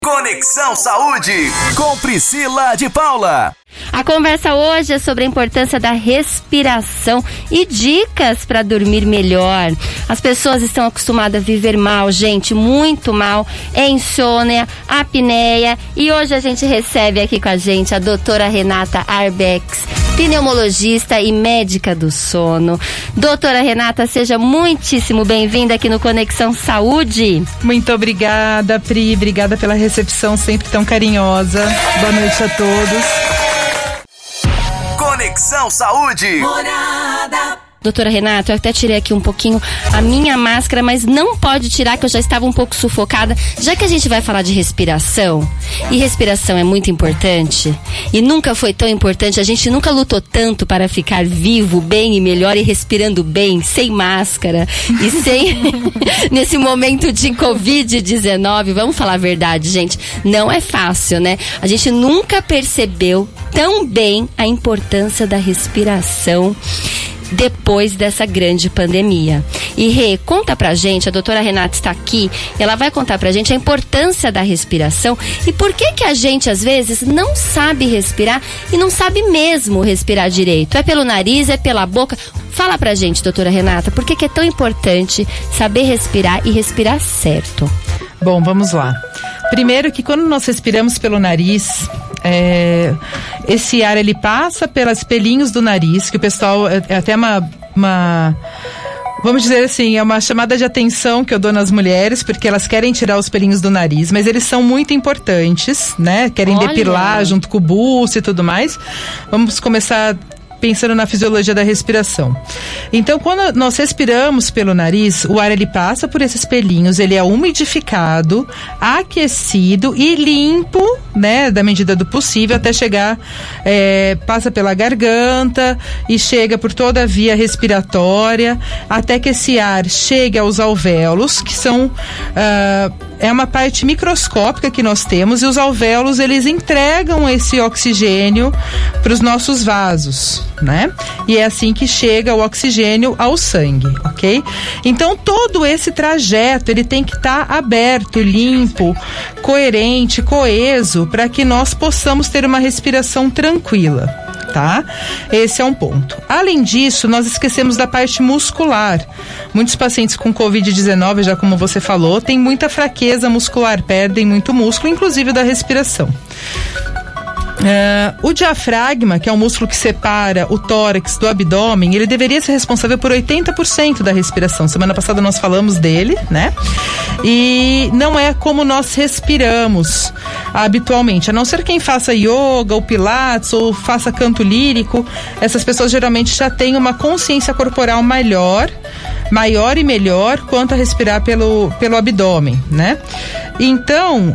Conexão Saúde, com Priscila de Paula. A conversa hoje é sobre a importância da respiração e dicas para dormir melhor. As pessoas estão acostumadas a viver mal, gente, muito mal. É insônia, apneia. E hoje a gente recebe aqui com a gente a doutora Renata Arbex, pneumologista e médica do sono. Doutora Renata, seja muitíssimo bem-vinda aqui no Conexão Saúde. Muito obrigada, Pri. Obrigada pela recepção sempre tão carinhosa. Boa noite a todos. Conexão Saúde. Morada. Doutora Renata, eu até tirei aqui um pouquinho a minha máscara, mas não pode tirar, que eu já estava um pouco sufocada. Já que a gente vai falar de respiração, e respiração é muito importante, e nunca foi tão importante, a gente nunca lutou tanto para ficar vivo, bem e melhor, e respirando bem, sem máscara, e sem... nesse momento de Covid-19, vamos falar a verdade, gente, não é fácil, né? A gente nunca percebeu tão bem a importância da respiração depois dessa grande pandemia. E Rê, conta pra gente, a doutora Renata está aqui, ela vai contar pra gente a importância da respiração e por que a gente às vezes não sabe respirar e não sabe mesmo respirar direito. É pelo nariz, é pela boca? Fala pra gente, doutora Renata, por que é tão importante saber respirar e respirar certo? Bom, vamos lá. Primeiro que quando nós respiramos pelo nariz, esse ar ele passa pelos pelinhos do nariz, que o pessoal é até uma vamos dizer assim, é uma chamada de atenção que eu dou nas mulheres, porque elas querem tirar os pelinhos do nariz, mas eles são muito importantes, né? Querem depilar junto com o buço e tudo mais. Vamos começar pensando na fisiologia da respiração. Então, quando nós respiramos pelo nariz, o ar ele passa por esses pelinhos, ele é umidificado, aquecido e limpo, né, da medida do possível, até chegar, passa pela garganta e chega por toda a via respiratória, até que esse ar chegue aos alvéolos, que são é uma parte microscópica que nós temos, e os alvéolos eles entregam esse oxigênio para os nossos vasos, né? E é assim que chega o oxigênio ao sangue, ok? Então todo esse trajeto ele tem que estar aberto, limpo, coerente, coeso, para que nós possamos ter uma respiração tranquila, tá? Esse é um ponto. Além disso, nós esquecemos da parte muscular. Muitos pacientes com Covid-19, já como você falou, têm muita fraqueza muscular, perdem muito músculo, inclusive da respiração. O diafragma, que é o músculo que separa o tórax do abdômen, ele deveria ser responsável por 80% da respiração. Semana passada nós falamos dele, né? E não é como nós respiramos habitualmente, a não ser quem faça yoga ou pilates ou faça canto lírico. Essas pessoas geralmente já têm uma consciência corporal maior e melhor quanto a respirar pelo abdômen, né? Então,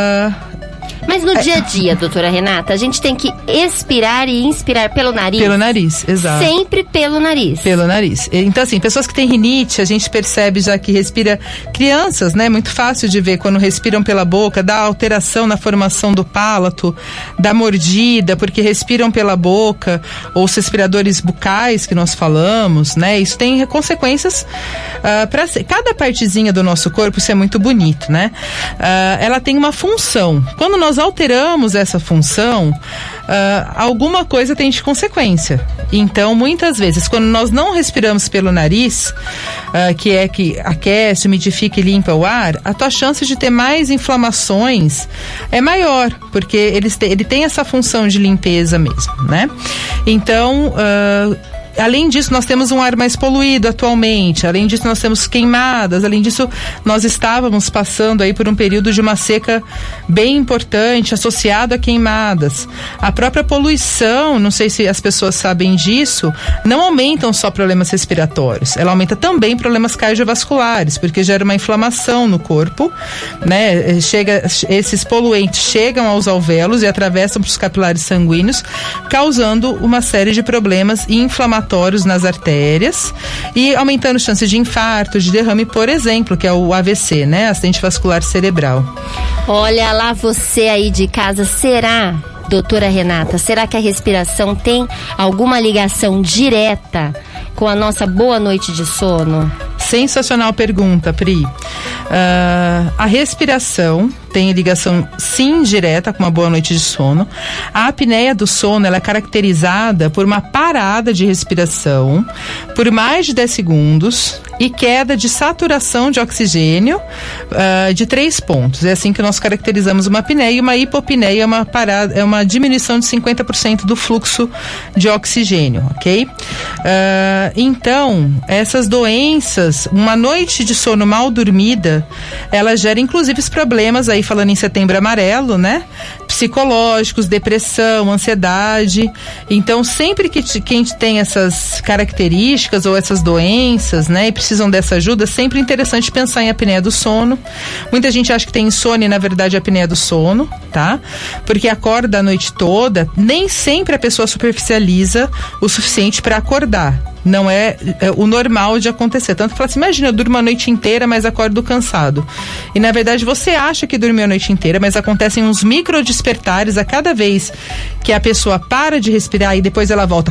mas no dia a dia, doutora Renata, a gente tem que expirar e inspirar pelo nariz? Pelo nariz, exato. Sempre pelo nariz? Pelo nariz. Então, assim, pessoas que têm rinite, a gente percebe já que respira... Crianças, né? Muito fácil de ver quando respiram pela boca, dá alteração na formação do palato, dá mordida, porque respiram pela boca, ou os respiradores bucais que nós falamos, né? Isso tem consequências para cada partezinha do nosso corpo, isso é muito bonito, né? Ela tem uma função. Quando nós alteramos essa função, alguma coisa tem de consequência. Então, muitas vezes, quando nós não respiramos pelo nariz, que é que aquece, umidifica e limpa o ar, a tua chance de ter mais inflamações é maior, porque ele tem essa função de limpeza mesmo, né? Então, além disso, nós temos um ar mais poluído atualmente, além disso nós temos queimadas, além disso nós estávamos passando aí por um período de uma seca bem importante, associado a queimadas. A própria poluição, não sei se as pessoas sabem disso, não aumentam só problemas respiratórios, ela aumenta também problemas cardiovasculares, porque gera uma inflamação no corpo, né? Esses poluentes chegam aos alvéolos e atravessam para os capilares sanguíneos, causando uma série de problemas inflamatórios nas artérias e aumentando chances de infarto, de derrame, por exemplo, que é o AVC, né? Acidente vascular cerebral. Olha lá você aí de casa, será, doutora Renata, será que a respiração tem alguma ligação direta com a nossa boa noite de sono? Sensacional pergunta, Pri. A respiração tem ligação sim direta com uma boa noite de sono. A apneia do sono, ela é caracterizada por uma parada de respiração por mais de 10 segundos e queda de saturação de oxigênio de 3 pontos. É assim que nós caracterizamos uma apneia. E uma hipopneia é uma diminuição de 50% do fluxo de oxigênio, ok? Então, essas doenças, uma noite de sono mal dormida, ela gera inclusive os problemas, aí falando em Setembro Amarelo, né? Psicológicos, depressão, ansiedade. Então, sempre que quem tem essas características ou essas doenças, né, e precisam dessa ajuda, sempre é interessante pensar em apneia do sono. Muita gente acha que tem insônia e na verdade é apneia do sono, tá? Porque acorda a noite toda, nem sempre a pessoa superficializa o suficiente para acordar. Não é o normal de acontecer. Tanto que fala assim, imagina, eu durmo a noite inteira, mas acordo cansado. E na verdade você acha que dormiu a noite inteira, mas acontecem uns micro despertares a cada vez que a pessoa para de respirar e depois ela volta.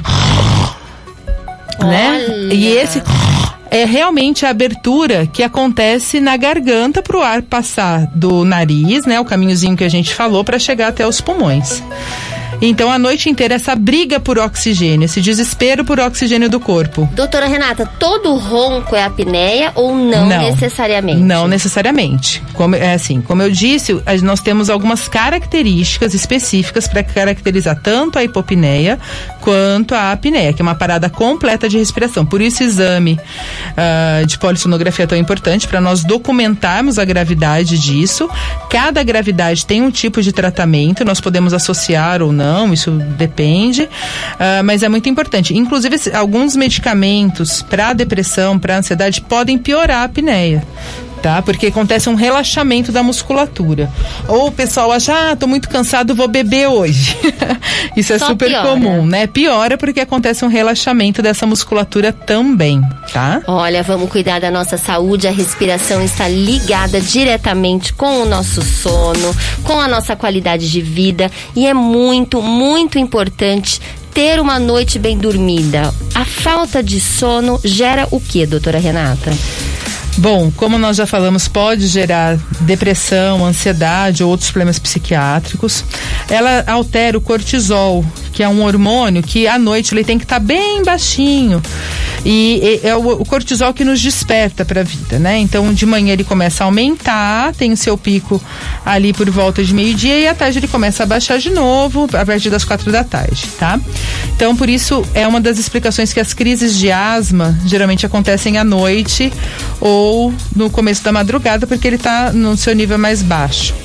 Né? E esse é realmente a abertura que acontece na garganta para o ar passar do nariz, né? O caminhozinho que a gente falou, para chegar até os pulmões. Então, a noite inteira, essa briga por oxigênio, esse desespero por oxigênio do corpo. Doutora Renata, todo ronco é apneia ou não necessariamente? Não necessariamente. Como eu disse, nós temos algumas características específicas para caracterizar tanto a hipopneia quanto a apneia, que é uma parada completa de respiração. Por isso, o exame de polissonografia é tão importante para nós documentarmos a gravidade disso. Cada gravidade tem um tipo de tratamento, nós podemos associar ou não. Isso depende, mas é muito importante. Inclusive, alguns medicamentos para depressão, para ansiedade, podem piorar a apneia. Tá? Porque acontece um relaxamento da musculatura. Ou o pessoal acha, tô muito cansado, vou beber hoje. Isso é super comum, né? Piora porque acontece um relaxamento dessa musculatura também, tá? Olha, vamos cuidar da nossa saúde. A respiração está ligada diretamente com o nosso sono, com a nossa qualidade de vida. E é muito, muito importante ter uma noite bem dormida. A falta de sono gera o quê, doutora Renata? Bom, como nós já falamos, pode gerar depressão, ansiedade ou outros problemas psiquiátricos. Ela altera o cortisol, que é um hormônio que à noite ele tem que estar bem baixinho. E é o cortisol que nos desperta para a vida, né? Então, de manhã ele começa a aumentar, tem o seu pico ali por volta de meio-dia e à tarde ele começa a baixar de novo a partir das 4 da tarde, tá? Então, por isso, é uma das explicações que as crises de asma geralmente acontecem à noite ou no começo da madrugada, porque ele está no seu nível mais baixo.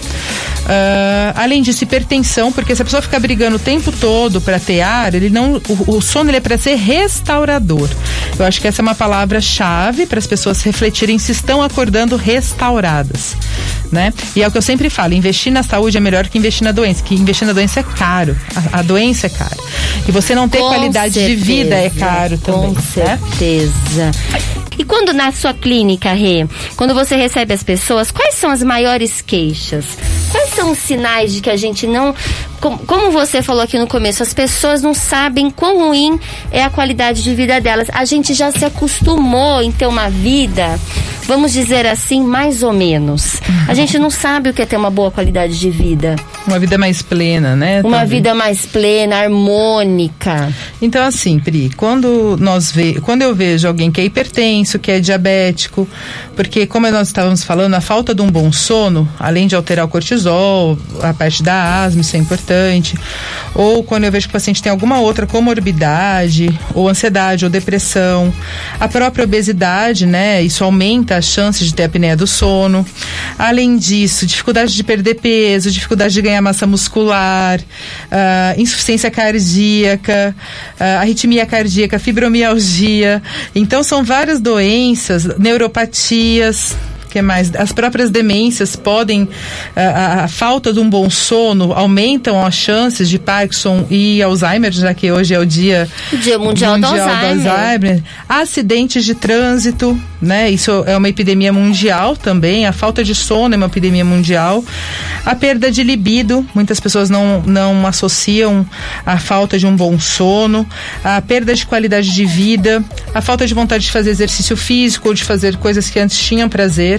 Além disso, hipertensão, porque se a pessoa ficar brigando o tempo todo para ter ar, o sono ele é para ser restaurador. Eu acho que essa é uma palavra-chave para as pessoas refletirem se estão acordando restauradas, né? E é o que eu sempre falo, investir na saúde é melhor que investir na doença, que investir na doença é caro, a doença é cara. E você não ter qualidade de vida é caro também. Com certeza. E quando na sua clínica, Rê, quando você recebe as pessoas, quais são as maiores queixas? Quais são os sinais de que a gente não... Como você falou aqui no começo, as pessoas não sabem quão ruim é a qualidade de vida delas. A gente já se acostumou em ter uma vida, vamos dizer assim, mais ou menos. A gente não sabe o que é ter uma boa qualidade de vida. Uma vida mais plena, né? Uma vida mais plena, harmônica. Então, assim, Pri, quando eu vejo alguém que é hipertenso, que é diabético, porque como nós estávamos falando, a falta de um bom sono, além de alterar o cortisol, a parte da asma, isso é importante. Ou quando eu vejo que o paciente tem alguma outra comorbidade, ou ansiedade, ou depressão, a própria obesidade, né? Isso aumenta as chances de ter apneia do sono. Além disso, dificuldade de perder peso, dificuldade de ganhar massa muscular, insuficiência cardíaca, arritmia cardíaca, fibromialgia. Então são várias doenças, neuropatias. Que mais? As próprias demências podem, a falta de um bom sono aumentam as chances de Parkinson e Alzheimer, já que hoje é o Dia Mundial do Alzheimer. Acidentes de trânsito, né? Isso é uma epidemia mundial também. A falta de sono é uma epidemia mundial. A perda de libido, muitas pessoas não associam a falta de um bom sono. A perda de qualidade de vida, a falta de vontade de fazer exercício físico ou de fazer coisas que antes tinham prazer.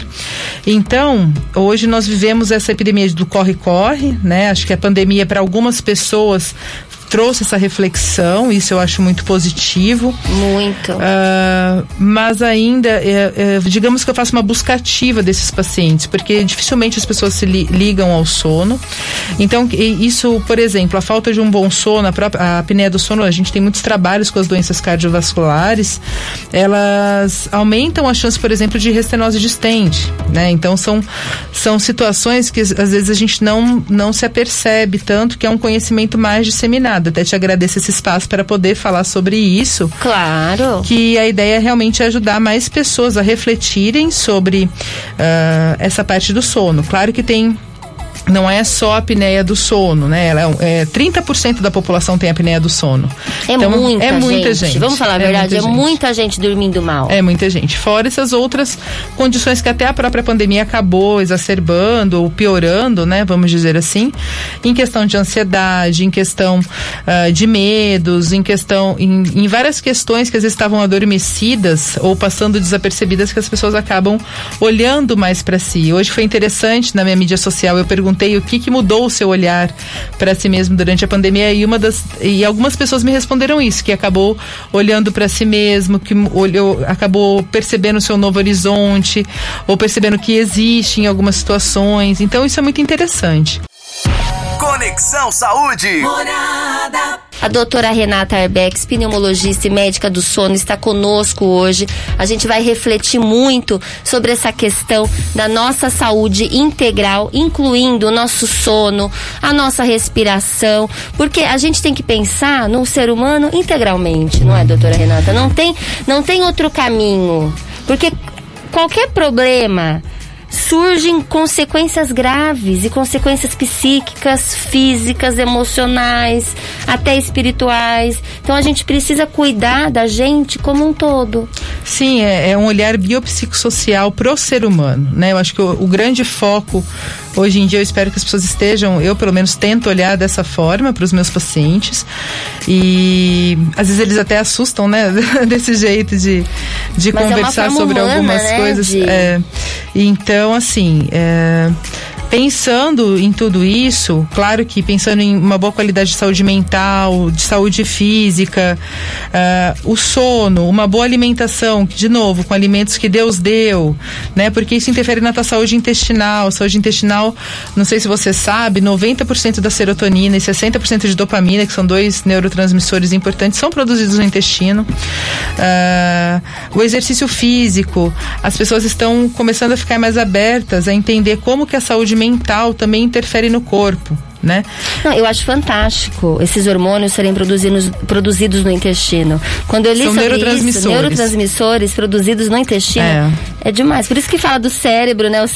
Então, hoje nós vivemos essa epidemia do corre-corre, né? Acho que a pandemia para algumas pessoas trouxe essa reflexão, isso eu acho muito positivo. Muito. Mas ainda, digamos que eu faço uma busca ativa desses pacientes, porque dificilmente as pessoas se ligam ao sono. Então, isso, por exemplo, a falta de um bom sono, a apneia do sono, a gente tem muitos trabalhos com as doenças cardiovasculares, elas aumentam a chance, por exemplo, de restenose de stent, né? Então, são situações que às vezes a gente não se apercebe tanto, que é um conhecimento mais disseminado. Até te agradeço esse espaço para poder falar sobre isso. Claro. Que a ideia é realmente ajudar mais pessoas a refletirem sobre essa parte do sono. Claro que não é só a apneia do sono, né? Ela 30% da população tem apneia do sono. Então, muita gente. Vamos falar a verdade, muita gente dormindo mal. É muita gente. Fora essas outras condições que até a própria pandemia acabou exacerbando ou piorando, né? Vamos dizer assim, em questão de ansiedade, em questão de medos, em várias questões que às vezes estavam adormecidas ou passando desapercebidas, que as pessoas acabam olhando mais para si. Hoje foi interessante, na minha mídia social, eu perguntei o que mudou o seu olhar para si mesmo durante a pandemia, e algumas pessoas me responderam isso, que acabou olhando para si mesmo, que acabou percebendo o seu novo horizonte, ou percebendo que existe em algumas situações. Então isso é muito interessante. Conexão Saúde. Morada. A doutora Renata Arbex, pneumologista e médica do sono, está conosco hoje. A gente vai refletir muito sobre essa questão da nossa saúde integral, incluindo o nosso sono, a nossa respiração, porque a gente tem que pensar no ser humano integralmente, não é, doutora Renata? Não tem outro caminho, porque qualquer problema surgem consequências graves e consequências psíquicas, físicas, emocionais, até espirituais. Então a gente precisa cuidar da gente como um todo. Sim, é um olhar biopsicossocial pro ser humano, né? Eu acho que o grande foco hoje em dia, eu espero que as pessoas estejam, eu pelo menos tento olhar dessa forma para os meus pacientes, e às vezes eles até assustam, né? Desse jeito de conversar sobre humana, algumas, né, coisas. Então, assim, pensando em tudo isso, claro que pensando em uma boa qualidade de saúde mental, de saúde física, o sono, uma boa alimentação, de novo, com alimentos que Deus deu, né? Porque isso interfere na tua saúde intestinal. Saúde intestinal, não sei se você sabe, 90% da serotonina e 60% de dopamina, que são dois neurotransmissores importantes, são produzidos no intestino. O exercício físico, as pessoas estão começando a ficar mais abertas a entender como que a saúde mental também interfere no corpo, né? Não, eu acho fantástico esses hormônios serem produzidos no intestino. Quando eu li São sobre neurotransmissores produzidos no intestino, é demais. Por isso que fala do cérebro, né?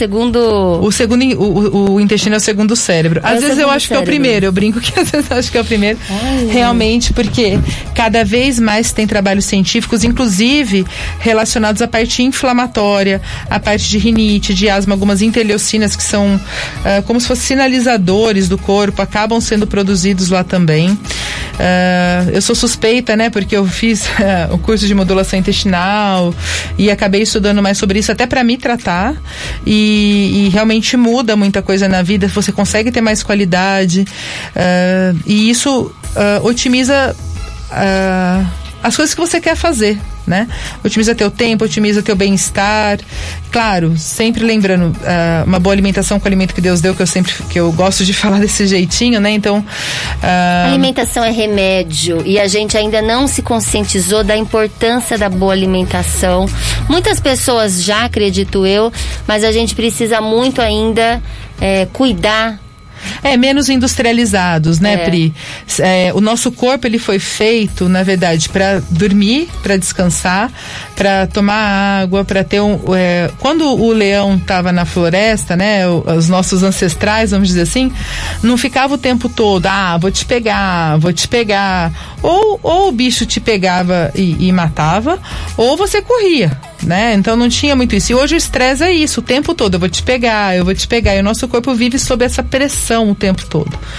O intestino é o segundo cérebro. Às vezes eu acho que é o primeiro, eu brinco que às vezes eu acho que é o primeiro. Realmente, porque cada vez mais tem trabalhos científicos, inclusive relacionados à parte inflamatória, à parte de rinite, de asma, algumas interleucinas que são como se fossem sinalizadores do corpo, acabam sendo produzidos lá também. Eu sou suspeita, né, porque eu fiz o curso de modulação intestinal e acabei estudando mais sobre isso até para me tratar, e realmente muda muita coisa na vida, você consegue ter mais qualidade, e isso otimiza as coisas que você quer fazer, né? Otimiza teu tempo, otimiza teu bem-estar. Claro, sempre lembrando, uma boa alimentação com o alimento que Deus deu, que eu gosto de falar desse jeitinho, né? Então, alimentação é remédio, e a gente ainda não se conscientizou da importância da boa alimentação. Muitas pessoas já, acredito eu, mas a gente precisa muito ainda cuidar. Menos industrializados, né, Pri? O nosso corpo, ele foi feito, na verdade, para dormir, para descansar, para tomar água, para ter quando o leão estava na floresta, né, os nossos ancestrais, vamos dizer assim, não ficava o tempo todo, vou te pegar. Ou o bicho te pegava e matava, ou você corria, né? Então não tinha muito isso. E hoje o estresse é isso, o tempo todo, eu vou te pegar. E o nosso corpo vive sob essa pressão o tempo todo.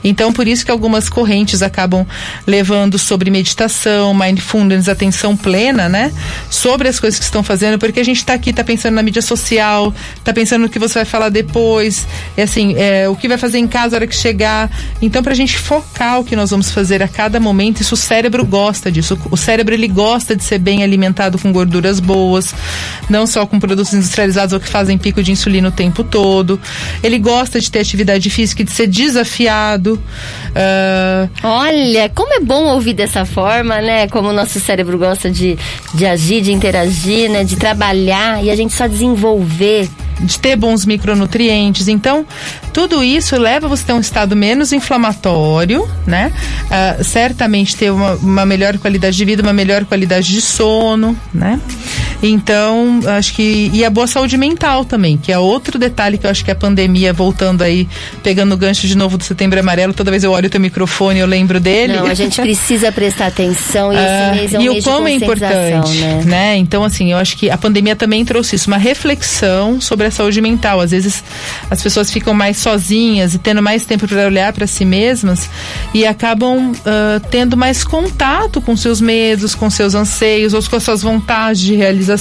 Então, por isso que algumas correntes acabam levando sobre meditação, mindfulness, atenção plena, né? Sobre as coisas que estão fazendo, porque a gente está aqui, está pensando na mídia social, está pensando no que você vai falar depois, o que vai fazer em casa na hora que chegar. Então, pra gente focar o que nós vamos fazer a cada momento, isso o cérebro gosta disso. O cérebro, ele gosta de ser bem alimentado com gorduras boas, não só com produtos industrializados ou que fazem pico de insulina o tempo todo. Ele gosta de ter atividade física e de ser desafiado. Olha, como é bom ouvir dessa forma, né? Como o nosso cérebro gosta de agir, de interagir, né? De trabalhar, e a gente só desenvolver. De ter bons micronutrientes. Então, tudo isso leva você a ter um estado menos inflamatório, né? Certamente ter uma melhor qualidade de vida, uma melhor qualidade de sono, né? Então, acho que... E a boa saúde mental também, que é outro detalhe que eu acho que a pandemia, voltando aí, pegando o gancho de novo do Setembro Amarelo, toda vez eu olho o teu microfone eu lembro dele. Não, a gente precisa prestar atenção, e esse mês é um mês de como é importante, né? Então, assim, eu acho que a pandemia também trouxe isso, uma reflexão sobre a saúde mental. Às vezes as pessoas ficam mais sozinhas e tendo mais tempo para olhar para si mesmas e acabam tendo mais contato com seus medos, com seus anseios ou com as suas vontades de realização.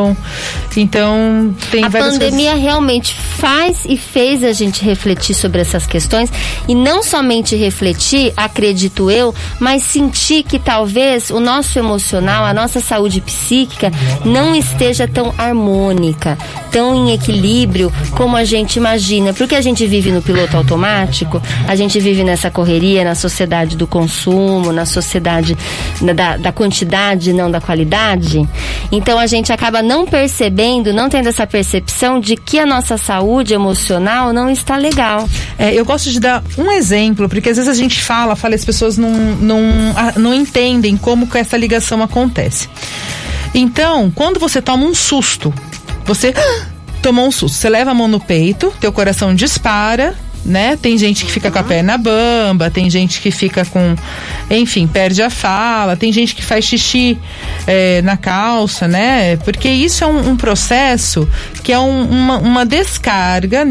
Então, tem várias coisas. A pandemia realmente faz e fez a gente refletir sobre essas questões, e não somente refletir, acredito eu, mas sentir que talvez o nosso emocional, a nossa saúde psíquica não esteja tão harmônica, tão em equilíbrio como a gente imagina, porque a gente vive no piloto automático, a gente vive nessa correria, na sociedade do consumo, na sociedade da quantidade, não da qualidade. Então a gente acaba não percebendo, não tendo essa percepção de que a nossa saúde emocional não está legal. Eu gosto de dar um exemplo, porque às vezes a gente fala e as pessoas não entendem como que essa ligação acontece. Então, quando você toma um susto, você tomou um susto, você leva a mão no peito, teu coração dispara, né? Tem gente que fica com a perna bamba, tem gente que fica perde a fala, tem gente que faz xixi na calça, né? Porque isso é um processo que é uma descarga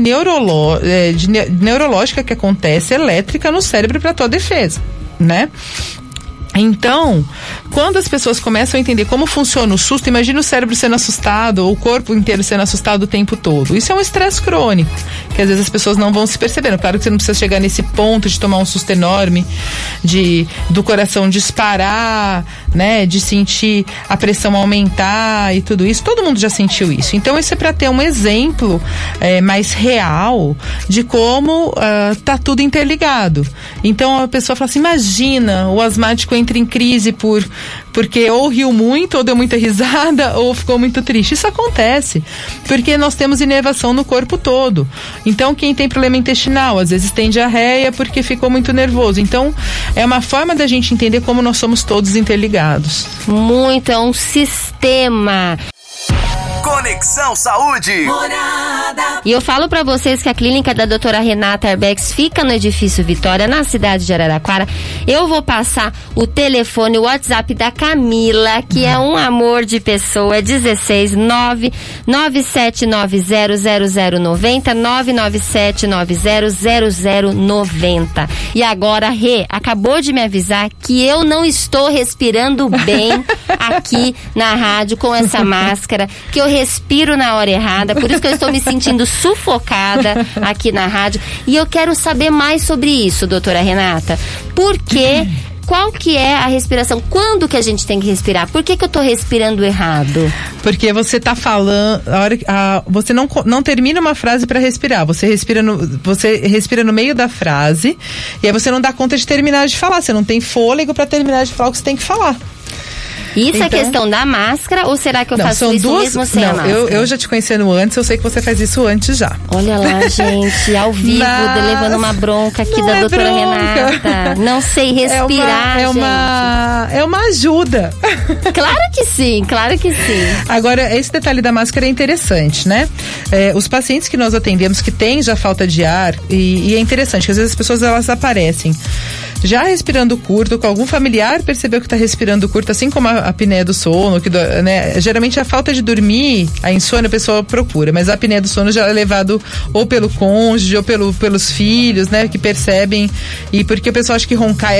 neurológica que acontece, elétrica no cérebro para tua defesa, né? Então, quando as pessoas começam a entender como funciona o susto, imagina o cérebro sendo assustado, ou o corpo inteiro sendo assustado o tempo todo. Isso é um estresse crônico, que às vezes as pessoas não vão se percebendo. Claro que você não precisa chegar nesse ponto de tomar um susto enorme, do coração disparar, né, de sentir a pressão aumentar e tudo isso. Todo mundo já sentiu isso. Então, isso é para ter um exemplo mais real de como tá tudo interligado. Então, a pessoa fala assim, imagina, o asmático entra em crise porque ou riu muito, ou deu muita risada, ou ficou muito triste. Isso acontece, porque nós temos inervação no corpo todo. Então, quem tem problema intestinal, às vezes tem diarreia porque ficou muito nervoso. Então, é uma forma da gente entender como nós somos todos interligados. Muito, é um sistema. Conexão Saúde. Morada. E eu falo pra vocês que a clínica da doutora Renata Arbex fica no Edifício Vitória, na cidade de Araraquara. Eu vou passar o telefone, o WhatsApp da Camila, que é um amor de pessoa, é 16997900090, 997900090. E agora, Rê, acabou de me avisar que eu não estou respirando bem aqui na rádio com essa máscara, que eu respiro na hora errada, por isso que eu estou me sentindo sufocada aqui na rádio. E eu quero saber mais sobre isso, doutora Renata. Por quê? Qual que é a respiração? Quando que a gente tem que respirar? Por que eu tô respirando errado? Porque você tá falando, você não termina uma frase para respirar. Você respira no meio da frase e aí você não dá conta de terminar de falar. Você não tem fôlego para terminar de falar o que você tem que falar. Isso então, é questão da máscara, ou será que eu faço isso mesmo sem a máscara? Eu já te conhecendo antes, eu sei que você faz isso antes já. Olha lá, gente, ao vivo, levando uma bronca aqui da doutora Renata. Não sei respirar, gente. É uma ajuda. Claro que sim, claro que sim. Agora, esse detalhe da máscara é interessante, né? Os pacientes que nós atendemos que têm já falta de ar, e é interessante, que às vezes as pessoas elas aparecem já respirando curto, com algum familiar percebeu que está respirando curto, assim como a apneia do sono, né? Geralmente a falta de dormir, a insônia a pessoa procura, mas a apneia do sono já é levado ou pelo cônjuge ou pelos filhos, né? Que percebem, e porque o pessoal acha que roncar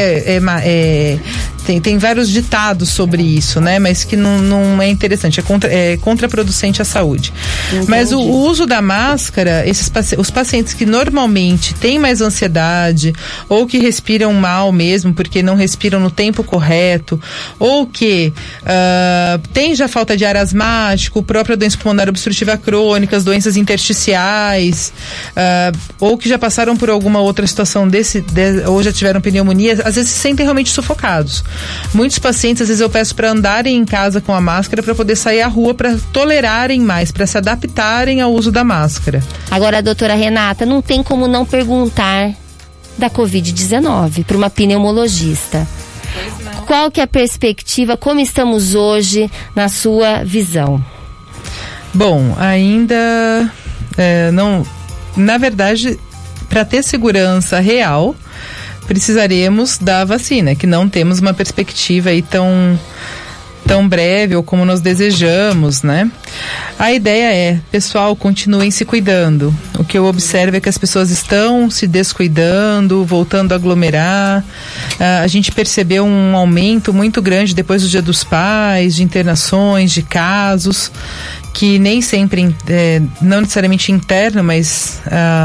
tem vários ditados sobre isso, né? Mas que não é interessante, é contraproducente à saúde. Entendi. Mas o uso da máscara, os pacientes que normalmente têm mais ansiedade, ou que respiram mal mesmo, porque não respiram no tempo correto, ou que tem já falta de ar asmático, própria doença pulmonar obstrutiva crônica, as doenças intersticiais, ou que já passaram por alguma outra situação ou já tiveram pneumonia, às vezes se sentem realmente sufocados. Muitos pacientes, às vezes eu peço para andarem em casa com a máscara para poder sair à rua, para tolerarem mais, para se adaptarem ao uso da máscara. Agora, doutora Renata, não tem como não perguntar da Covid-19 para uma pneumologista. Qual que é a perspectiva, como estamos hoje na sua visão? Bom, ainda não, na verdade, para ter segurança real, precisaremos da vacina, que não temos uma perspectiva aí tão breve ou como nós desejamos, né? A ideia é, pessoal, continuem se cuidando. O que eu observo é que as pessoas estão se descuidando, voltando a aglomerar. A gente percebeu um aumento muito grande depois do Dia dos Pais, de internações, de casos, que nem sempre, não necessariamente interno, mas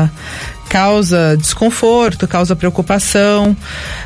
causa desconforto, causa preocupação,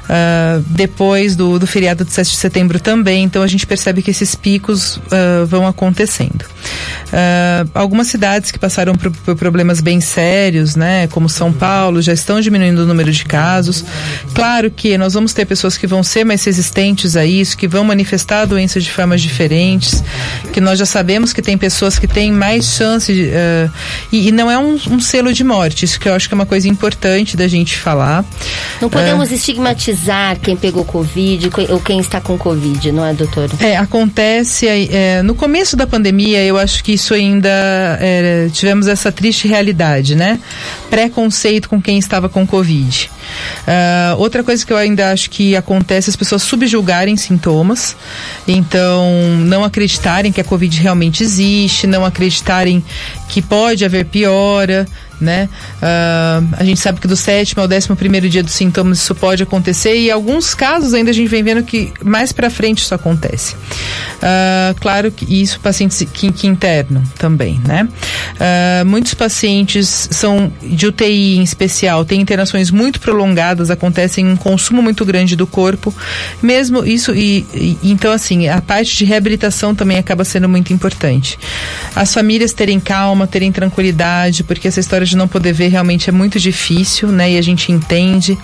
depois do feriado de 7 de setembro também, então a gente percebe que esses picos vão acontecendo. Algumas cidades que passaram por problemas bem sérios, né, como São Paulo, já estão diminuindo o número de casos. Claro que nós vamos ter pessoas que vão ser mais resistentes a isso, que vão manifestar a doença de formas diferentes, que nós já sabemos que tem pessoas que têm mais chance e não é um selo de morte, isso que eu acho que é uma coisa importante da gente falar. Não podemos estigmatizar quem pegou Covid ou quem está com Covid, não é, doutora? Acontece, no começo da pandemia, eu acho que isso ainda, tivemos essa triste realidade, né? Preconceito com quem estava com Covid. Outra coisa que eu ainda acho que acontece, as pessoas subjulgarem sintomas, então não acreditarem que a Covid realmente existe, não acreditarem que pode haver piora, né? A gente sabe que do 7º ao 11º dia dos sintomas isso pode acontecer, e em alguns casos ainda a gente vem vendo que mais pra frente isso acontece. Claro que isso pacientes que internam também, né? Muitos pacientes são de UTI em especial, têm internações muito prolongadas, acontecem um consumo muito grande do corpo, mesmo isso, então assim, a parte de reabilitação também acaba sendo muito importante. As famílias terem calma, terem tranquilidade, porque essa história de não poder ver realmente é muito difícil, né? E a gente entende.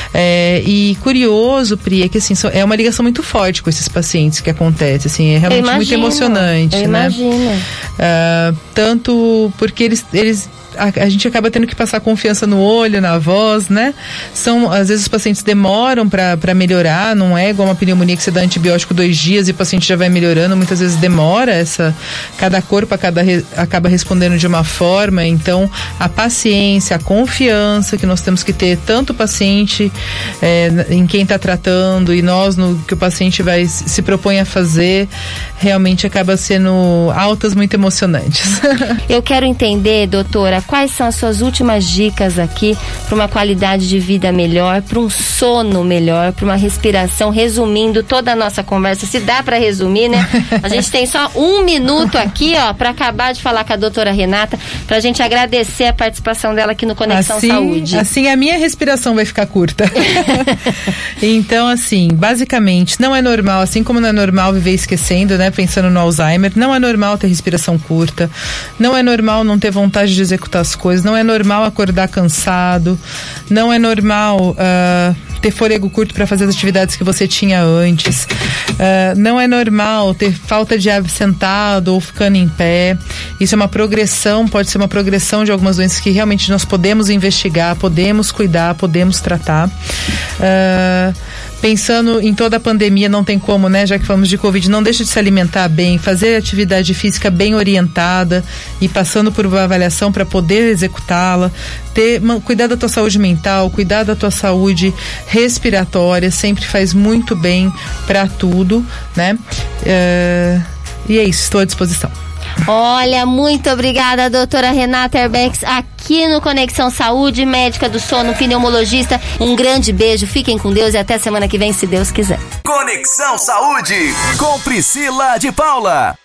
E curioso, Pri, é que assim, é uma ligação muito forte com esses pacientes que acontece, assim, é realmente muito emocionante, né? Imagina. Tanto porque eles a gente acaba tendo que passar confiança no olho, na voz, né? Às vezes os pacientes demoram para melhorar, não é igual uma pneumonia que você dá antibiótico 2 dias e o paciente já vai melhorando, muitas vezes demora, cada corpo acaba respondendo de uma forma, então a paciência, a confiança que nós temos que ter, tanto o paciente em quem está tratando e nós no que o paciente se propõe a fazer, realmente acaba sendo altas muito emocionantes. Eu quero entender, doutora, quais são as suas últimas dicas aqui para uma qualidade de vida melhor, para um sono melhor, para uma respiração, resumindo toda a nossa conversa, se dá para resumir, né? A gente tem só 1 minuto aqui, ó, para acabar de falar com a doutora Renata, pra gente agradecer a participação dela aqui no Conexão Saúde. Assim a minha respiração vai ficar curta. Então, assim, basicamente, não é normal, assim como não é normal viver esquecendo, né, pensando no Alzheimer, não é normal ter respiração curta, não é normal não ter vontade de executar as coisas, não é normal acordar cansado, não é normal ter fôlego curto para fazer as atividades que você tinha antes, não é normal ter falta de ar sentado ou ficando em pé. Isso é uma progressão, pode ser uma progressão de algumas doenças que realmente nós podemos investigar, podemos cuidar, podemos tratar. Pensando em toda a pandemia, não tem como, né? Já que falamos de Covid, não deixa de se alimentar bem, fazer atividade física bem orientada e passando por uma avaliação para poder executá-la, cuidar da tua saúde mental, cuidar da tua saúde respiratória, sempre faz muito bem para tudo, né? E é isso, estou à disposição. Olha, muito obrigada, doutora Renata Herbex, aqui no Conexão Saúde, médica do sono, pneumologista. Um grande beijo, fiquem com Deus e até semana que vem, se Deus quiser. Conexão Saúde, com Priscila de Paula.